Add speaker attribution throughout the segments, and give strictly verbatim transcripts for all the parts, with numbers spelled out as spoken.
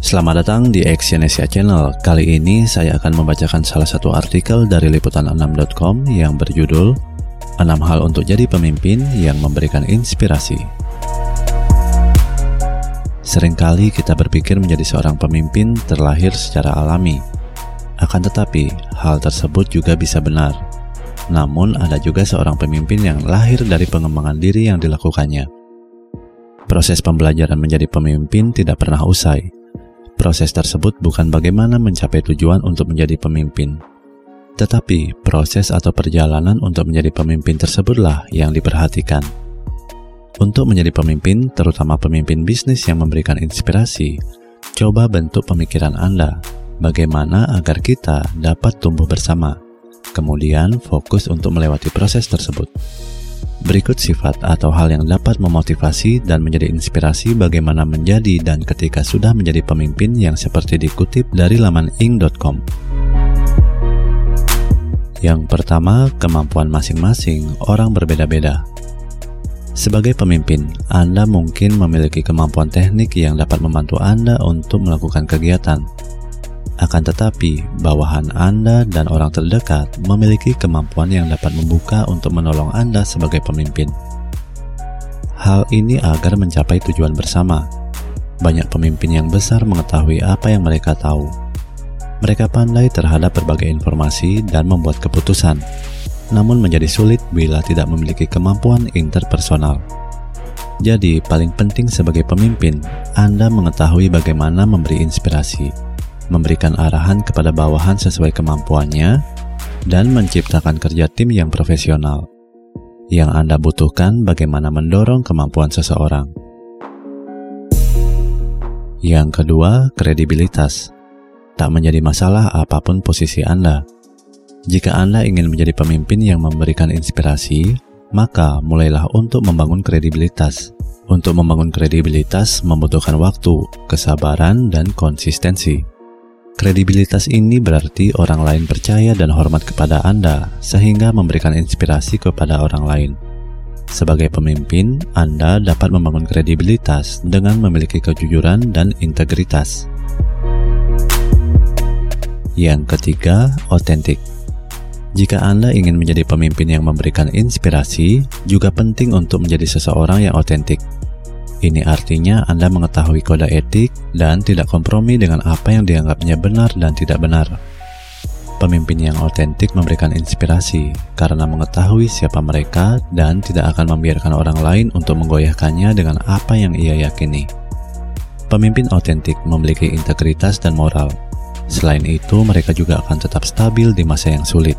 Speaker 1: Selamat datang di Exyonesia Channel. Kali ini saya akan membacakan salah satu artikel dari liputan enam dot com yang berjudul enam hal untuk jadi pemimpin yang memberikan inspirasi. Seringkali kita berpikir menjadi seorang pemimpin terlahir secara alami. Akan tetapi, hal tersebut juga bisa benar. Namun, ada juga seorang pemimpin yang lahir dari pengembangan diri yang dilakukannya. Proses pembelajaran menjadi pemimpin tidak pernah usai. Proses tersebut bukan bagaimana mencapai tujuan untuk menjadi pemimpin, tetapi proses atau perjalanan untuk menjadi pemimpin tersebutlah yang diperhatikan. Untuk menjadi pemimpin, terutama pemimpin bisnis yang memberikan inspirasi, coba bentuk pemikiran Anda, bagaimana agar kita dapat tumbuh bersama, kemudian fokus untuk melewati proses tersebut. Berikut sifat atau hal yang dapat memotivasi dan menjadi inspirasi bagaimana menjadi dan ketika sudah menjadi pemimpin yang seperti dikutip dari laman ing dot com. Yang pertama, kemampuan masing-masing orang berbeda-beda. Sebagai pemimpin, Anda mungkin memiliki kemampuan teknik yang dapat membantu Anda untuk melakukan kegiatan. Akan tetapi, bawahan Anda dan orang terdekat memiliki kemampuan yang dapat membuka untuk menolong Anda sebagai pemimpin. Hal ini agar mencapai tujuan bersama. Banyak pemimpin yang besar mengetahui apa yang mereka tahu. Mereka pandai terhadap berbagai informasi dan membuat keputusan, namun menjadi sulit bila tidak memiliki kemampuan interpersonal. Jadi, paling penting sebagai pemimpin, Anda mengetahui bagaimana memberi inspirasi, memberikan arahan kepada bawahan sesuai kemampuannya, dan menciptakan kerja tim yang profesional. Yang Anda butuhkan bagaimana mendorong kemampuan seseorang. Yang kedua, kredibilitas. Tak menjadi masalah apapun posisi Anda. Jika Anda ingin menjadi pemimpin yang memberikan inspirasi, maka mulailah untuk membangun kredibilitas. Untuk membangun kredibilitas membutuhkan waktu, kesabaran, dan konsistensi. Kredibilitas ini berarti orang lain percaya dan hormat kepada Anda, sehingga memberikan inspirasi kepada orang lain. Sebagai pemimpin, Anda dapat membangun kredibilitas dengan memiliki kejujuran dan integritas. Yang ketiga, otentik. Jika Anda ingin menjadi pemimpin yang memberikan inspirasi, juga penting untuk menjadi seseorang yang otentik. Ini artinya Anda mengetahui kode etik dan tidak kompromi dengan apa yang dianggapnya benar dan tidak benar. Pemimpin yang otentik memberikan inspirasi karena mengetahui siapa mereka dan tidak akan membiarkan orang lain untuk menggoyahkannya dengan apa yang ia yakini. Pemimpin otentik memiliki integritas dan moral. Selain itu, mereka juga akan tetap stabil di masa yang sulit.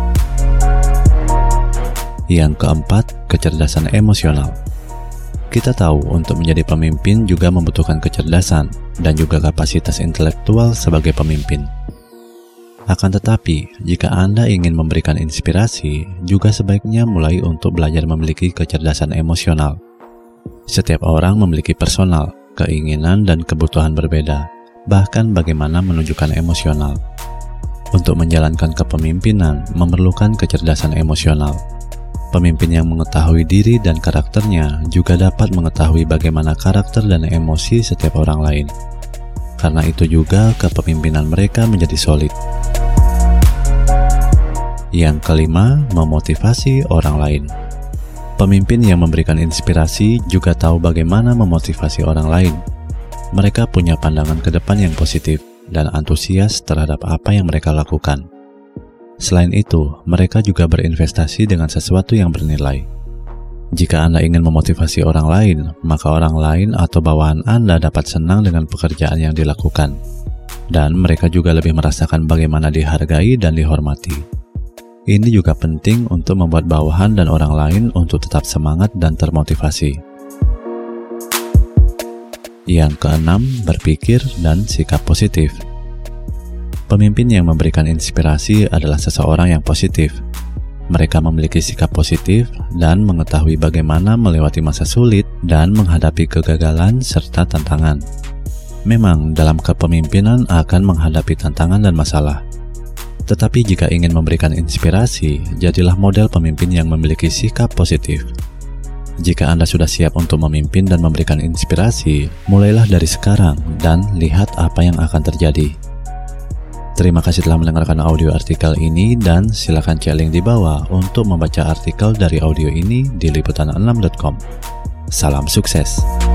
Speaker 1: Yang keempat, kecerdasan emosional. Kita tahu untuk menjadi pemimpin juga membutuhkan kecerdasan dan juga kapasitas intelektual sebagai pemimpin. Akan tetapi, jika Anda ingin memberikan inspirasi, juga sebaiknya mulai untuk belajar memiliki kecerdasan emosional. Setiap orang memiliki personal, keinginan, dan kebutuhan berbeda, bahkan bagaimana menunjukkan emosional. Untuk menjalankan kepemimpinan memerlukan kecerdasan emosional. Pemimpin yang mengetahui diri dan karakternya juga dapat mengetahui bagaimana karakter dan emosi setiap orang lain. Karena itu juga kepemimpinan mereka menjadi solid. Yang kelima, memotivasi orang lain. Pemimpin yang memberikan inspirasi juga tahu bagaimana memotivasi orang lain. Mereka punya pandangan ke depan yang positif dan antusias terhadap apa yang mereka lakukan. Selain itu, mereka juga berinvestasi dengan sesuatu yang bernilai. Jika Anda ingin memotivasi orang lain, maka orang lain atau bawahan Anda dapat senang dengan pekerjaan yang dilakukan. Dan mereka juga lebih merasakan bagaimana dihargai dan dihormati. Ini juga penting untuk membuat bawahan dan orang lain untuk tetap semangat dan termotivasi. Yang keenam, berpikir dan sikap positif. Pemimpin yang memberikan inspirasi adalah seseorang yang positif. Mereka memiliki sikap positif dan mengetahui bagaimana melewati masa sulit dan menghadapi kegagalan serta tantangan. Memang dalam kepemimpinan akan menghadapi tantangan dan masalah. Tetapi jika ingin memberikan inspirasi, jadilah model pemimpin yang memiliki sikap positif. Jika Anda sudah siap untuk memimpin dan memberikan inspirasi, mulailah dari sekarang dan lihat apa yang akan terjadi. Terima kasih telah mendengarkan audio artikel ini dan silakan cek link di bawah untuk membaca artikel dari audio ini di liputan enam titik com. Salam sukses.